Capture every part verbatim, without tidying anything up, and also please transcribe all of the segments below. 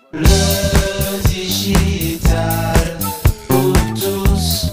Le digital pour tous.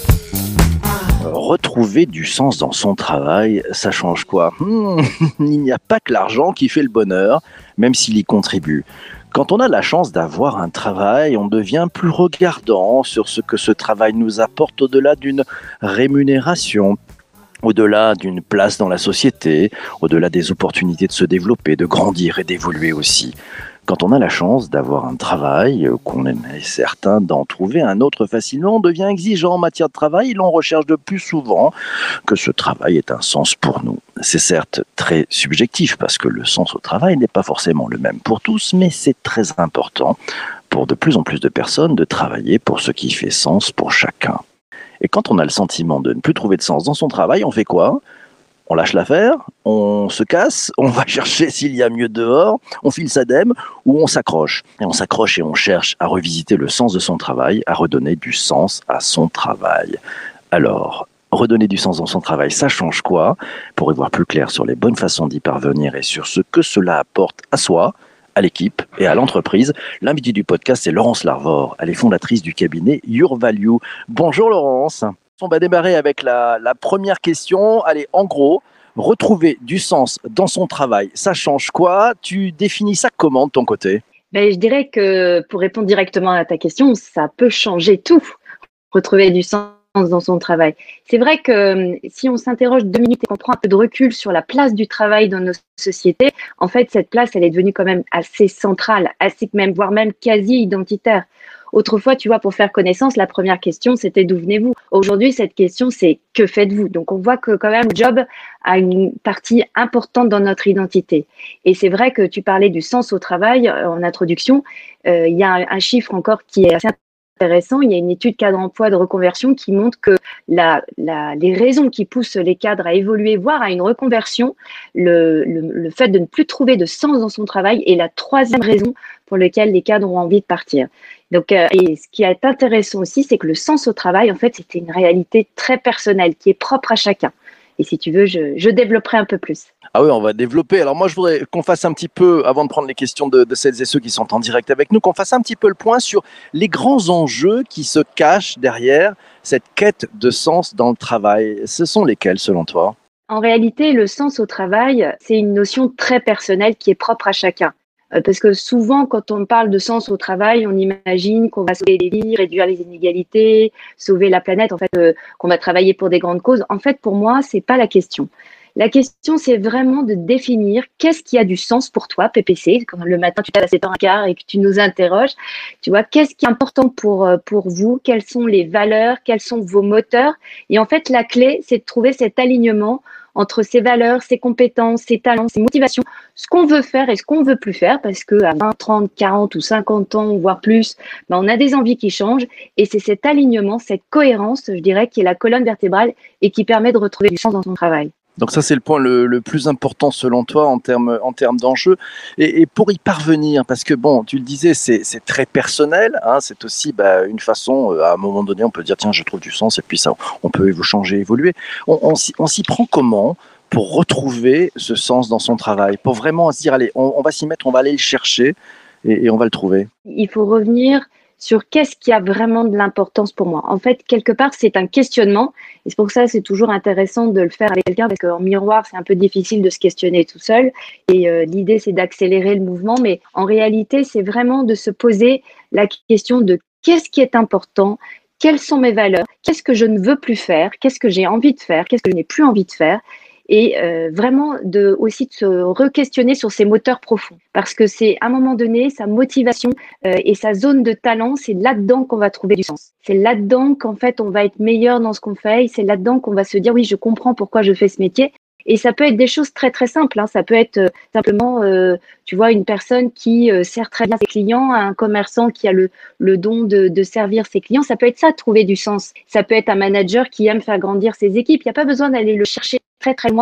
Retrouver du sens dans son travail, ça change quoi? Hmm, Il n'y a pas que l'argent qui fait le bonheur, même s'il y contribue. Quand on a la chance d'avoir un travail, on devient plus regardant sur ce que ce travail nous apporte au-delà d'une rémunération, au-delà d'une place dans la société, au-delà des opportunités de se développer, de grandir et d'évoluer aussi. Quand on a la chance d'avoir un travail, euh, qu'on est certain d'en trouver un autre facilement, on devient exigeant en matière de travail et l'on recherche de plus souvent que ce travail ait un sens pour nous. C'est certes très subjectif parce que le sens au travail n'est pas forcément le même pour tous, mais c'est très important pour de plus en plus de personnes de travailler pour ce qui fait sens pour chacun. Et quand on a le sentiment de ne plus trouver de sens dans son travail, on fait quoi? On lâche l'affaire, on se casse, on va chercher s'il y a mieux dehors, on file sa dème ou on s'accroche. Et on s'accroche et on cherche à revisiter le sens de son travail, à redonner du sens à son travail. Alors, redonner du sens dans son travail, ça change quoi? Pour y voir plus clair sur les bonnes façons d'y parvenir et sur ce que cela apporte à soi, à l'équipe et à l'entreprise, l'invité du podcast, c'est Laurence Larvor. Elle est fondatrice du cabinet Your Value. Bonjour Laurence. On va démarrer avec la, la première question. Allez, en gros, retrouver du sens dans son travail, ça change quoi? Tu définis ça comment de ton côté? Ben, je dirais que pour répondre directement à ta question, ça peut changer tout, retrouver du sens dans son travail. C'est vrai que euh, si on s'interroge deux minutes et qu'on prend un peu de recul sur la place du travail dans nos sociétés, en fait, cette place, elle est devenue quand même assez centrale, assez même, voire même quasi identitaire. Autrefois, tu vois, pour faire connaissance, la première question, c'était d'où venez-vous? Aujourd'hui, cette question, c'est que faites-vous? Donc, on voit que quand même, le job a une partie importante dans notre identité. Et c'est vrai que tu parlais du sens au travail euh, en introduction. Euh, il y a un, un chiffre encore qui est assez intéressant. Il y a une étude cadre emploi de reconversion qui montre que la, la, les raisons qui poussent les cadres à évoluer, voire à une reconversion, le, le, le fait de ne plus trouver de sens dans son travail est la troisième raison pour laquelle les cadres ont envie de partir. Donc, euh, et ce qui est intéressant aussi, c'est que le sens au travail, en fait, c'était une réalité très personnelle qui est propre à chacun. Et si tu veux, je, je développerai un peu plus. Ah oui, on va développer. Alors moi, je voudrais qu'on fasse un petit peu, avant de prendre les questions de, de celles et ceux qui sont en direct avec nous, qu'on fasse un petit peu le point sur les grands enjeux qui se cachent derrière cette quête de sens dans le travail. Ce sont lesquels, selon toi? En réalité, le sens au travail, c'est une notion très personnelle qui est propre à chacun. Euh, Parce que souvent, quand on parle de sens au travail, on imagine qu'on va sauver des vies, réduire les inégalités, sauver la planète, en fait, euh, qu'on va travailler pour des grandes causes. En fait, pour moi, c'est pas la question. La question, c'est vraiment de définir qu'est-ce qui a du sens pour toi, P P C, quand le matin tu te lèves à sept heures quinze et que tu nous interroges, tu vois, qu'est-ce qui est important pour, euh, pour vous, quelles sont les valeurs, quels sont vos moteurs. Et en fait, la clé, c'est de trouver cet alignement entre ces valeurs, ces compétences, ces talents, ces motivations, ce qu'on veut faire et ce qu'on veut plus faire, parce qu'à vingt, trente, quarante ou cinquante ans, voire plus, ben on a des envies qui changent, et c'est cet alignement, cette cohérence, je dirais, qui est la colonne vertébrale et qui permet de retrouver du sens dans son travail. Donc ça, c'est le point le, le plus important selon toi en termes en termes d'enjeux. Et, et pour y parvenir, parce que bon, tu le disais, c'est c'est très personnel, hein, c'est aussi bah, une façon, euh, à un moment donné, on peut dire, tiens, je trouve du sens, et puis ça, on peut évo- changer, évoluer. On, on s'y on s'y prend comment pour retrouver ce sens dans son travail, pour vraiment se dire, allez, on, on va s'y mettre, on va aller le chercher, et, et on va le trouver. Il faut revenir sur qu'est-ce qui a vraiment de l'importance pour moi. En fait, quelque part, c'est un questionnement. Et c'est pour ça que c'est toujours intéressant de le faire avec quelqu'un, parce qu'en miroir, c'est un peu difficile de se questionner tout seul. Et euh, l'idée, c'est d'accélérer le mouvement. Mais en réalité, c'est vraiment de se poser la question de qu'est-ce qui est important, quelles sont mes valeurs, qu'est-ce que je ne veux plus faire, qu'est-ce que j'ai envie de faire, qu'est-ce que je n'ai plus envie de faire. Et euh, vraiment de, aussi de se re-questionner sur ses moteurs profonds. Parce que c'est à un moment donné, sa motivation euh, et sa zone de talent, c'est là-dedans qu'on va trouver du sens. C'est là-dedans qu'en fait, on va être meilleur dans ce qu'on fait. Et c'est là-dedans qu'on va se dire, oui, je comprends pourquoi je fais ce métier. Et ça peut être des choses très, très simples. Hein. Ça peut être euh, simplement, euh, tu vois, une personne qui euh, sert très bien ses clients, un commerçant qui a le, le don de, de servir ses clients. Ça peut être ça, trouver du sens. Ça peut être un manager qui aime faire grandir ses équipes. Il n'y a pas besoin d'aller le chercher très, très loin.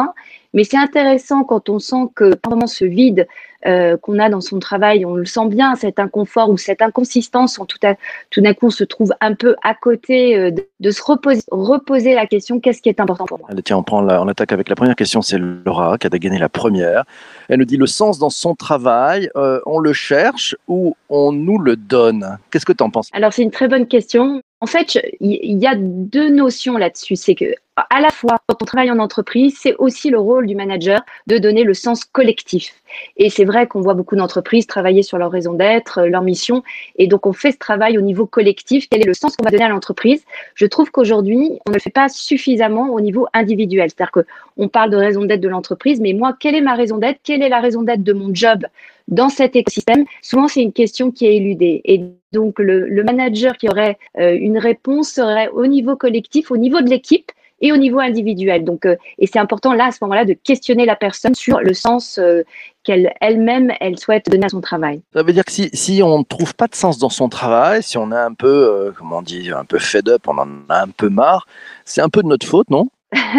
Mais c'est intéressant quand on sent que pendant ce vide euh, qu'on a dans son travail, on le sent bien, cet inconfort ou cette inconsistance, en tout, à, tout d'un coup on se trouve un peu à côté, euh, de, de se reposer, reposer la question, qu'est-ce qui est important pour moi? Allez, tiens, on, prend la, on attaque avec la première question, c'est Laura qui a dégainé la première. Elle nous dit le sens dans son travail, euh, on le cherche ou on nous le donne? Qu'est-ce que tu en penses? Alors c'est une très bonne question. En fait, il y a deux notions là-dessus. C'est que, à la fois, quand on travaille en entreprise, c'est aussi le rôle du manager de donner le sens collectif. Et c'est vrai qu'on voit beaucoup d'entreprises travailler sur leur raison d'être, leur mission. Et donc, on fait ce travail au niveau collectif. Quel est le sens qu'on va donner à l'entreprise? Je trouve qu'aujourd'hui, on ne le fait pas suffisamment au niveau individuel. C'est-à-dire qu'on parle de raison d'être de l'entreprise, mais moi, quelle est ma raison d'être? Quelle est la raison d'être de mon job dans cet écosystème? Souvent, c'est une question qui est éludée. Et donc, le, le manager qui aurait euh, une réponse serait au niveau collectif, au niveau de l'équipe et au niveau individuel. Donc, euh, et c'est important là, à ce moment-là, de questionner la personne sur le sens euh, qu'elle elle-même, elle souhaite donner à son travail. Ça veut dire que si, si on ne trouve pas de sens dans son travail, si on est un peu, euh, comment on dit, un peu fed up, on en a un peu marre, c'est un peu de notre faute, non?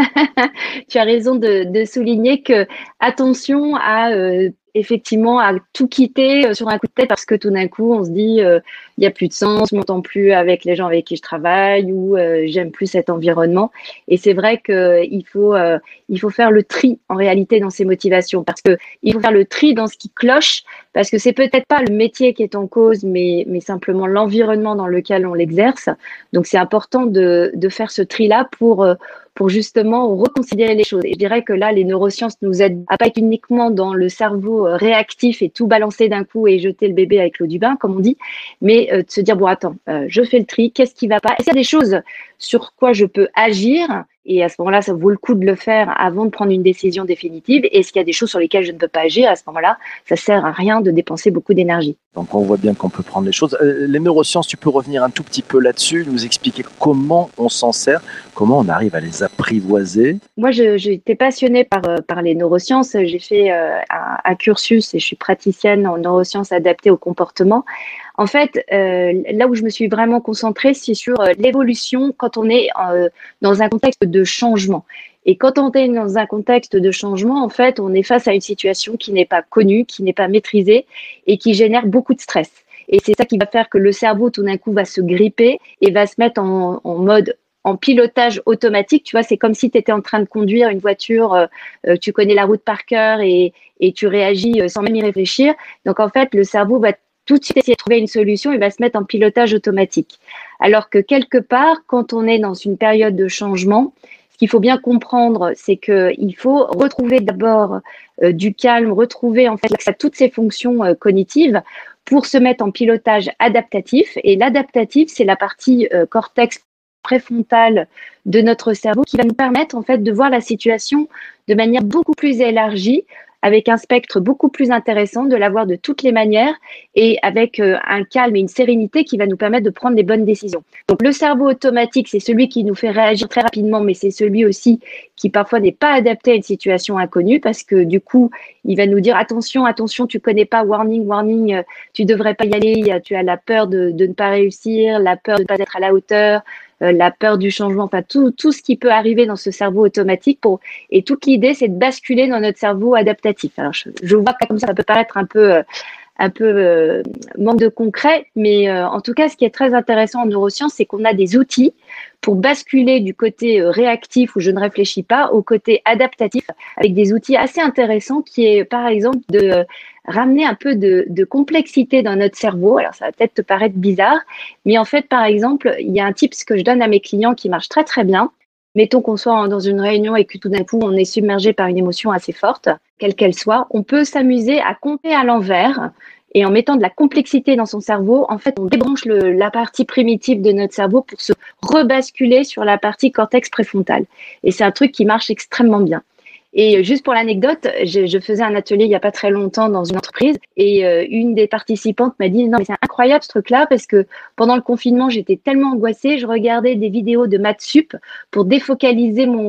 Tu as raison de, de souligner que attention à euh, effectivement à tout quitter sur un coup de tête parce que tout d'un coup on se dit euh, il y a plus de sens, je m'entends plus avec les gens avec qui je travaille ou euh, j'aime plus cet environnement. Et c'est vrai que il faut euh, il faut faire le tri en réalité dans ses motivations parce que il faut faire le tri dans ce qui cloche parce que c'est peut-être pas le métier qui est en cause mais mais simplement l'environnement dans lequel on l'exerce. Donc c'est important de de faire ce tri là pour euh, pour justement reconsidérer les choses. Et je dirais que là, les neurosciences nous aident à pas être uniquement dans le cerveau réactif et tout balancer d'un coup et jeter le bébé avec l'eau du bain, comme on dit, mais euh, de se dire, bon, attends, euh, je fais le tri, qu'est-ce qui va pas? Est-ce qu'il y a des choses sur quoi je peux agir? Et à ce moment-là, ça vaut le coup de le faire avant de prendre une décision définitive. Et est-ce qu'il y a des choses sur lesquelles je ne peux pas agir? À ce moment-là, ça sert à rien de dépenser beaucoup d'énergie. Donc on voit bien qu'on peut prendre les choses. Euh, les neurosciences, tu peux revenir un tout petit peu là-dessus, nous expliquer comment on s'en sert, comment on arrive à les apprivoiser? Moi, j'étais passionnée par, par les neurosciences. J'ai fait euh, un, un cursus et je suis praticienne en neurosciences adaptées au comportement. En fait, euh, là où je me suis vraiment concentrée, c'est sur euh, l'évolution quand on est euh, dans un contexte de changement. Et quand on est dans un contexte de changement, en fait, on est face à une situation qui n'est pas connue, qui n'est pas maîtrisée et qui génère beaucoup de stress. Et c'est ça qui va faire que le cerveau, tout d'un coup, va se gripper et va se mettre en, en mode en pilotage automatique. Tu vois, c'est comme si tu étais en train de conduire une voiture, euh, tu connais la route par cœur et, et tu réagis sans même y réfléchir. Donc, en fait, le cerveau va tout de suite essayer de trouver une solution et va se mettre en pilotage automatique. Alors que quelque part, quand on est dans une période de changement, ce qu'il faut bien comprendre, c'est qu'il faut retrouver d'abord euh, du calme, retrouver en fait l'accès à toutes ces fonctions euh, cognitives pour se mettre en pilotage adaptatif. Et l'adaptatif, c'est la partie euh, cortex préfrontale de notre cerveau qui va nous permettre en fait de voir la situation de manière beaucoup plus élargie, avec un spectre beaucoup plus intéressant, de la voir de toutes les manières et avec euh, un calme et une sérénité qui va nous permettre de prendre les bonnes décisions. Donc le cerveau automatique, c'est celui qui nous fait réagir très rapidement, mais c'est celui aussi qui parfois n'est pas adapté à une situation inconnue parce que du coup, il va nous dire attention, attention, tu connais pas, warning, warning, euh, tu devrais pas y aller, tu as la peur de, de ne pas réussir, la peur de ne pas être à la hauteur, Euh, la peur du changement, enfin tout, tout ce qui peut arriver dans ce cerveau automatique. Pour, et toute l'idée, c'est de basculer dans notre cerveau adaptatif. Alors, je, je vois que comme ça, ça peut paraître un peu, euh, un peu euh, manque de concret, mais euh, en tout cas, ce qui est très intéressant en neurosciences, c'est qu'on a des outils pour basculer du côté euh, réactif où je ne réfléchis pas au côté adaptatif avec des outils assez intéressants qui est, par exemple, de euh, ramener un peu de, de complexité dans notre cerveau. Alors, ça va peut-être te paraître bizarre, mais en fait, par exemple, il y a un tips que je donne à mes clients qui marche très, très bien. Mettons qu'on soit dans une réunion et que tout d'un coup, on est submergé par une émotion assez forte, quelle qu'elle soit. On peut s'amuser à compter à l'envers et en mettant de la complexité dans son cerveau, en fait, on débranche le, la partie primitive de notre cerveau pour se rebasculer sur la partie cortex préfrontal. Et c'est un truc qui marche extrêmement bien. Et juste pour l'anecdote, je, je faisais un atelier il n'y a pas très longtemps dans une entreprise et euh, une des participantes m'a dit « Non, mais c'est incroyable ce truc-là parce que pendant le confinement, j'étais tellement angoissée, je regardais des vidéos de maths sup pour défocaliser mon,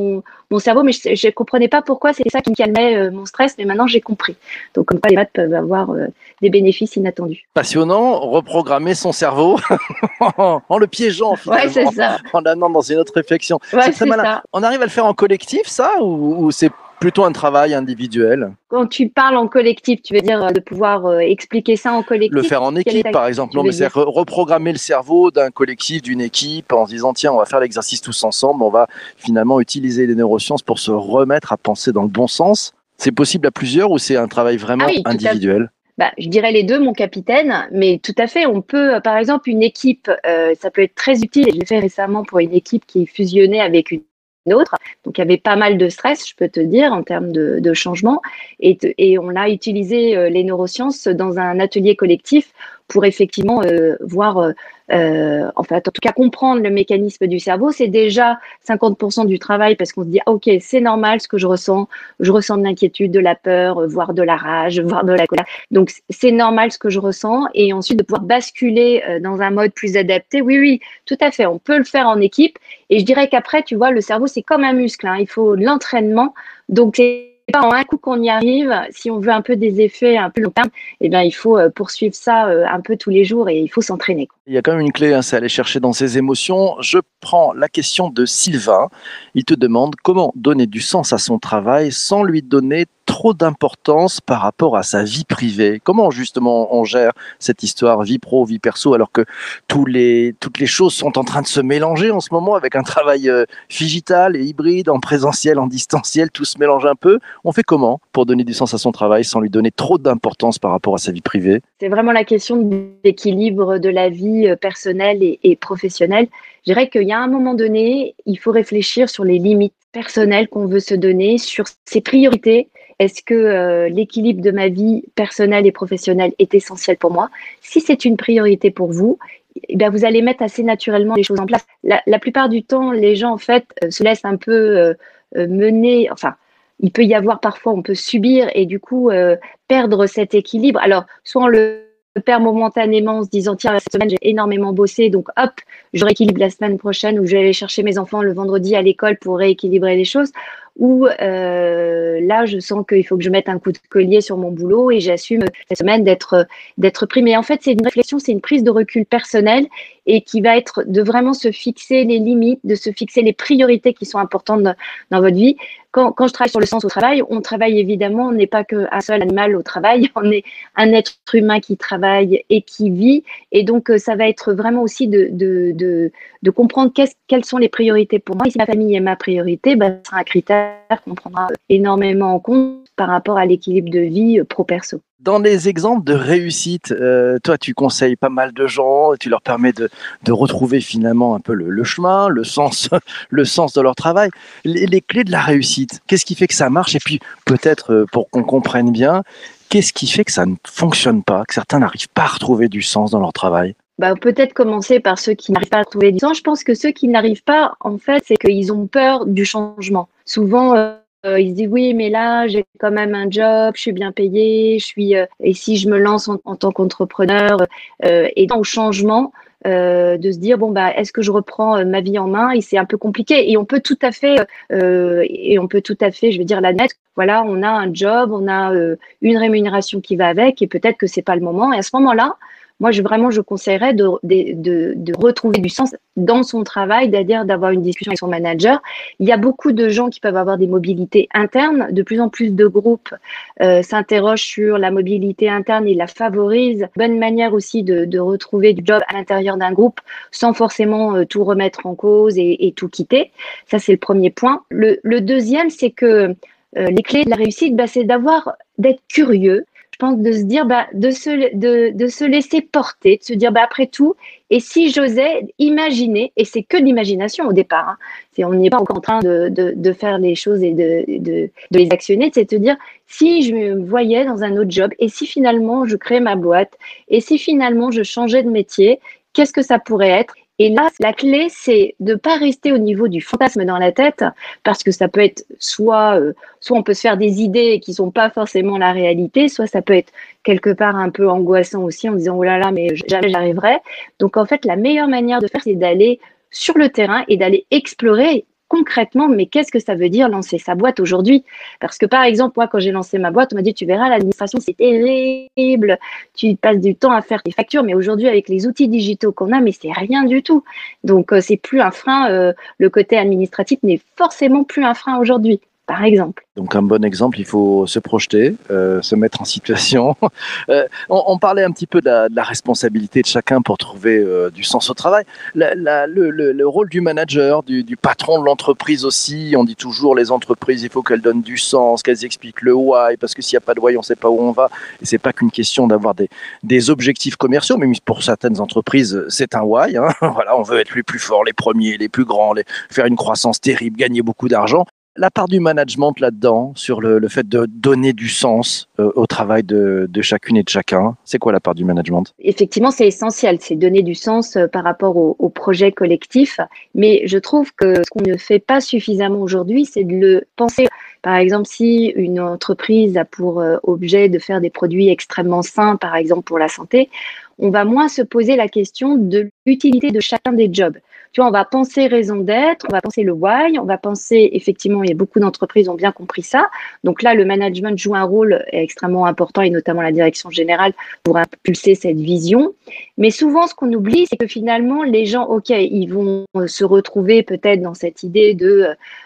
mon cerveau, mais je ne comprenais pas pourquoi c'était ça qui me calmait euh, mon stress, mais maintenant j'ai compris. Donc comme quoi les maths peuvent avoir euh, des bénéfices inattendus. Passionnant, reprogrammer son cerveau en, en le piégeant finalement, Ouais, c'est ça. en l'amenant dans une autre réflexion. Ouais, c'est très c'est malin. ça. On arrive à le faire en collectif, ça, ou, ou c'est plutôt un travail individuel? Quand tu parles en collectif, tu veux dire euh, de pouvoir euh, expliquer ça en collectif? Le faire en Quelle est équipe, ta- par exemple. tu Non, veux mais c'est dire re- reprogrammer le cerveau d'un collectif, d'une équipe, en se disant, tiens, on va faire l'exercice tous ensemble, on va finalement utiliser les neurosciences pour se remettre à penser dans le bon sens. C'est possible à plusieurs ou c'est un travail vraiment Ah oui, tout à fait. individuel? Bah, je dirais les deux, mon capitaine, mais tout à fait, on peut, euh, par exemple, une équipe, euh, ça peut être très utile, et je l'ai fait récemment pour une équipe qui fusionnait avec une autre, donc il y avait pas mal de stress, je peux te dire, en termes de, de changement, et, te- et on a utilisé euh, les neurosciences dans un atelier collectif pour effectivement euh, voir, euh, euh, en fait, en tout cas comprendre le mécanisme du cerveau. C'est déjà cinquante pour cent du travail parce qu'on se dit, ah, ok, c'est normal ce que je ressens, je ressens de l'inquiétude, de la peur, euh, voire de la rage, voire de la colère. Donc, c'est normal ce que je ressens. Et ensuite, de pouvoir basculer euh, dans un mode plus adapté. Oui, oui, tout à fait. On peut le faire en équipe. Et je dirais qu'après, tu vois, le cerveau, c'est comme un muscle, hein. Il faut de l'entraînement. Donc, c'est pas en un coup qu'on y arrive. Si on veut un peu des effets un peu long terme, eh bien, il faut euh, poursuivre ça euh, un peu tous les jours et il faut s'entraîner, quoi. Il y a quand même une clé, hein, c'est aller chercher dans ses émotions. Je prends la question de Sylvain. Il te demande comment donner du sens à son travail sans lui donner trop d'importance par rapport à sa vie privée. Comment justement on gère cette histoire vie pro, vie perso, alors que tous les, toutes les choses sont en train de se mélanger en ce moment avec un travail euh, digital et hybride, en présentiel, en distanciel, tout se mélange un peu. On fait comment pour donner du sens à son travail sans lui donner trop d'importance par rapport à sa vie privée? C'est vraiment la question de l'équilibre de la vie euh, personnelle et, et professionnelle. Je dirais qu'il y a un moment donné, il faut réfléchir sur les limites personnelles qu'on veut se donner, sur ses priorités. Est-ce que euh, l'équilibre de ma vie personnelle et professionnelle est essentiel pour moi? Si c'est une priorité pour vous, eh bien, vous allez mettre assez naturellement les choses en place. La, la plupart du temps, les gens en fait euh, se laissent un peu euh, euh, mener. Enfin, il peut y avoir parfois, on peut subir et du coup euh, perdre cet équilibre. Alors, soit on le perd momentanément en se disant tiens, cette semaine j'ai énormément bossé, donc hop, je rééquilibre la semaine prochaine ou je vais aller chercher mes enfants le vendredi à l'école pour rééquilibrer les choses. Ou euh, là, je sens qu'il faut que je mette un coup de collier sur mon boulot et j'assume cette semaine d'être d'être pris. Mais en fait, c'est une réflexion, c'est une prise de recul personnelle et qui va être de vraiment se fixer les limites, de se fixer les priorités qui sont importantes dans, dans votre vie. Quand, quand je travaille sur le sens au travail, on travaille évidemment, on n'est pas qu'un seul animal au travail, on est un être humain qui travaille et qui vit. Et donc, ça va être vraiment aussi de, de, de, de comprendre quelles sont les priorités pour moi. Et si ma famille est ma priorité, ben, ce sera un critère qu'on prendra énormément en compte par rapport à l'équilibre de vie pro-perso. Dans les exemples de réussite, euh, toi, tu conseilles pas mal de gens, tu leur permets de, de retrouver finalement un peu le, le chemin, le sens, le sens de leur travail. Les, les clés de la réussite, qu'est-ce qui fait que ça marche? Et puis, peut-être, euh, pour qu'on comprenne bien, qu'est-ce qui fait que ça ne fonctionne pas, que certains n'arrivent pas à retrouver du sens dans leur travail? Bah, peut-être commencer par ceux qui n'arrivent pas à trouver du sens. Je pense que ceux qui n'arrivent pas, en fait, c'est qu'ils ont peur du changement. Souvent, euh, Euh, il se dit oui, mais là, j'ai quand même un job, je suis bien payée, je suis, euh, et si je me lance en, en tant qu'entrepreneur, euh, et dans le changement, euh, de se dire bon bah est-ce que je reprends euh, ma vie en main? Et c'est un peu compliqué. Et on peut tout à fait, euh, et on peut tout à fait, je veux dire l'admettre. Voilà, on a un job, on a euh, une rémunération qui va avec, et peut-être que c'est pas le moment. Et à ce moment-là, moi, je, vraiment, je conseillerais de, de, de, de retrouver du sens dans son travail, c'est-à-dire d'avoir une discussion avec son manager. Il y a beaucoup de gens qui peuvent avoir des mobilités internes. De plus en plus de groupes euh, s'interrogent sur la mobilité interne et la favorisent. Bonne manière aussi de, de retrouver du job à l'intérieur d'un groupe sans forcément euh, tout remettre en cause et, et tout quitter. Ça, c'est le premier point. Le, le deuxième, c'est que euh, les clés de la réussite, bah, c'est d'avoir, d'être curieux. Je pense de se dire, bah, de, se, de, de se laisser porter, de se dire, bah, après tout, et si j'osais imaginer, et c'est que de l'imagination au départ, hein, c'est, on n'est pas encore en train de, de, de faire les choses et de, de, de les actionner, c'est de se dire, si je me voyais dans un autre job, et si finalement je créais ma boîte, et si finalement je changeais de métier, qu'est-ce que ça pourrait être? Et là, la clé, c'est de ne pas rester au niveau du fantasme dans la tête, parce que ça peut être soit, euh, soit on peut se faire des idées qui ne sont pas forcément la réalité, soit ça peut être quelque part un peu angoissant aussi en disant « oh là là, mais jamais j'arriverai ». Donc en fait, la meilleure manière de faire, c'est d'aller sur le terrain et d'aller explorer concrètement, mais qu'est-ce que ça veut dire lancer sa boîte aujourd'hui? Parce que par exemple, moi, quand j'ai lancé ma boîte, on m'a dit, tu verras, l'administration, c'est terrible, tu passes du temps à faire tes factures, mais aujourd'hui, avec les outils digitaux qu'on a, mais c'est rien du tout. Donc, euh, c'est plus un frein, euh, le côté administratif n'est forcément plus un frein aujourd'hui, par exemple. Donc un bon exemple, il faut se projeter, euh, se mettre en situation. Euh, on, on parlait un petit peu de la, de la responsabilité de chacun pour trouver euh, du sens au travail. La, la, le, le, le rôle du manager, du, du patron de l'entreprise aussi, on dit toujours les entreprises, il faut qu'elles donnent du sens, qu'elles expliquent le why, parce que s'il n'y a pas de why, on ne sait pas où on va. Et c'est pas qu'une question d'avoir des, des objectifs commerciaux, mais pour certaines entreprises, c'est un why. Hein. Voilà, on veut être les plus forts, les premiers, les plus grands, les, faire une croissance terrible, gagner beaucoup d'argent. La part du management là-dedans, sur le, le fait de donner du sens euh, au travail de, de chacune et de chacun, c'est quoi la part du management? Effectivement, c'est essentiel, c'est donner du sens euh, par rapport au, au projet collectif. Mais je trouve que ce qu'on ne fait pas suffisamment aujourd'hui, c'est de le penser. Par exemple, si une entreprise a pour euh, objet de faire des produits extrêmement sains, par exemple pour la santé, on va moins se poser la question de l'utilité de chacun des jobs. Tu vois, on va penser raison d'être, on va penser le why, on va penser, effectivement, il y a beaucoup d'entreprises qui ont bien compris ça. Donc là, le management joue un rôle extrêmement important et notamment la direction générale pour impulser cette vision. Mais souvent, ce qu'on oublie, c'est que finalement, les gens, OK, ils vont se retrouver peut-être dans cette idée de,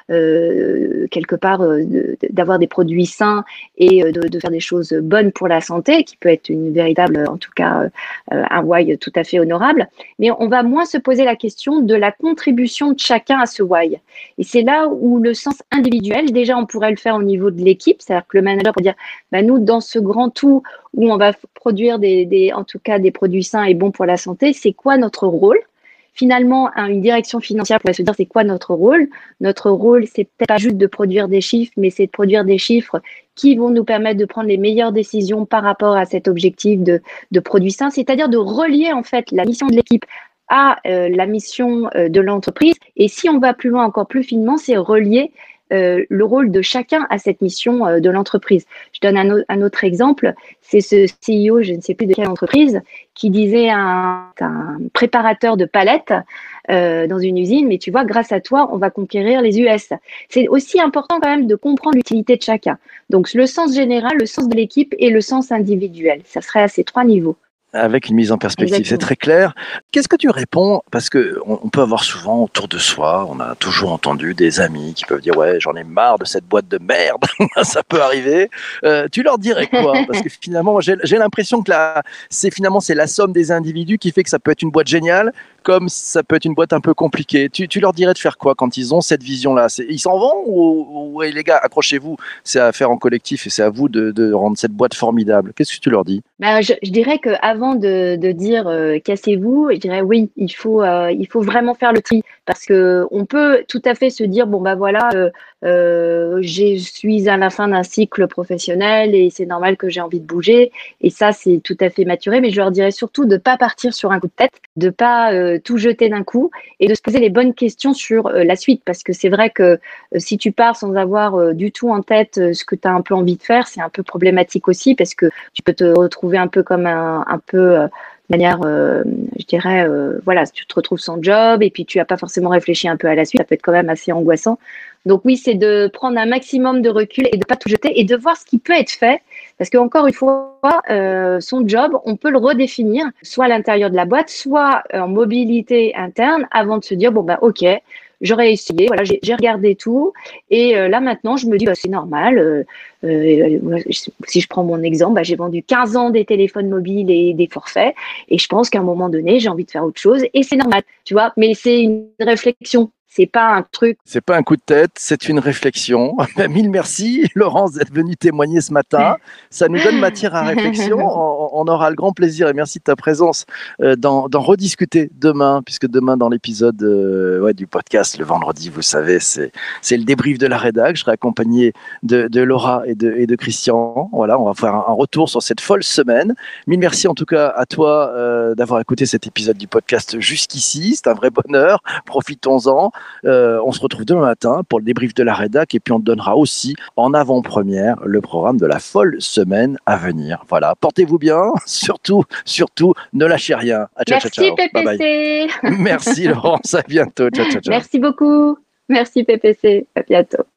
euh, quelque part, euh, de, d'avoir des produits sains et de, de faire des choses bonnes pour la santé, qui peut être une véritable, en tout cas, euh, un why tout à fait honorable. Mais on va moins se poser la question de de la contribution de chacun à ce why. Et c'est là où le sens individuel, déjà on pourrait le faire au niveau de l'équipe, c'est-à-dire que le manager pourrait dire, bah, nous dans ce grand tout où on va produire des, des, en tout cas des produits sains et bons pour la santé, c'est quoi notre rôle? Finalement, une direction financière pourrait se dire, c'est quoi notre rôle? Notre rôle, c'est peut-être pas juste de produire des chiffres, mais c'est de produire des chiffres qui vont nous permettre de prendre les meilleures décisions par rapport à cet objectif de, de produits sains, c'est-à-dire de relier en fait la mission de l'équipe à euh, la mission euh, de l'entreprise. Et si on va plus loin, encore plus finement, c'est relier euh, le rôle de chacun à cette mission euh, de l'entreprise. Je donne un, o- un autre exemple, c'est ce C E O, je ne sais plus de quelle entreprise, qui disait à un, un préparateur de palettes euh, dans une usine, mais tu vois, grâce à toi, on va conquérir les U S. C'est aussi important quand même de comprendre l'utilité de chacun. Donc le sens général, le sens de l'équipe et le sens individuel. Ça serait à ces trois niveaux. Avec une mise en perspective, Exactement. c'est très clair. Qu'est-ce que tu réponds? Parce que on, on peut avoir souvent autour de soi, on a toujours entendu des amis qui peuvent dire ouais, j'en ai marre de cette boîte de merde. Ça peut arriver. Euh, tu leur dirais quoi? Parce que finalement, j'ai, j'ai l'impression que là, c'est finalement c'est la somme des individus qui fait que ça peut être une boîte géniale, comme ça peut être une boîte un peu compliquée. Tu, tu leur dirais de faire quoi quand ils ont cette vision-là? C'est, ils s'en vont ou, ou hey, les gars, accrochez-vous, c'est à faire en collectif et c'est à vous de, de rendre cette boîte formidable. Qu'est-ce que tu leur dis? Ben, je, je dirais qu'avant de, de dire euh, cassez-vous, je dirais oui, il faut, euh, il faut vraiment faire le tri parce que on peut tout à fait se dire bon bah voilà, euh, euh, je suis à la fin d'un cycle professionnel et c'est normal que j'ai envie de bouger et ça c'est tout à fait maturé, mais je leur dirais surtout de pas partir sur un coup de tête, de pas euh, tout jeter d'un coup et de se poser les bonnes questions sur euh, la suite parce que c'est vrai que euh, si tu pars sans avoir euh, du tout en tête euh, ce que tu as un peu envie de faire, c'est un peu problématique aussi parce que tu peux te retrouver un peu comme un, un peu euh, de manière, euh, je dirais, euh, voilà, tu te retrouves sans job et puis tu n'as pas forcément réfléchi un peu à la suite, ça peut être quand même assez angoissant. Donc oui, c'est de prendre un maximum de recul et de pas tout jeter et de voir ce qui peut être fait. Parce qu'encore une fois, euh, son job, on peut le redéfinir, soit à l'intérieur de la boîte, soit en mobilité interne, avant de se dire, bon, bah, ok, j'aurais essayé, voilà, j'ai, j'ai regardé tout. Et euh, là, maintenant, je me dis, bah, c'est normal. Euh, euh, si je prends mon exemple, bah, j'ai vendu quinze ans des téléphones mobiles et des forfaits. Et je pense qu'à un moment donné, j'ai envie de faire autre chose. Et c'est normal, tu vois. Mais c'est une réflexion. C'est pas un truc. C'est pas un coup de tête, c'est une réflexion. Mille merci, Laurence, d'être venue témoigner ce matin. Ça nous donne matière à réflexion. On, on aura le grand plaisir et merci de ta présence euh, d'en, d'en rediscuter demain, puisque demain, dans l'épisode euh, ouais, du podcast, le vendredi, vous savez, c'est, c'est le débrief de la rédac. Je serai accompagné de, de Laura et de, et de Christian. Voilà, on va faire un, un retour sur cette folle semaine. Mille merci en tout cas à toi euh, d'avoir écouté cet épisode du podcast jusqu'ici. C'est un vrai bonheur. Profitons-en. Euh, on se retrouve demain matin pour le débrief de la rédac et puis on te donnera aussi en avant-première le programme de la folle semaine à venir. Voilà, portez-vous bien, surtout, surtout, ne lâchez rien. À ciao, Merci ciao, ciao. P P C. Bye bye. Merci Laurence, à bientôt. Ciao, ciao, ciao. Merci beaucoup. Merci P P C, à bientôt.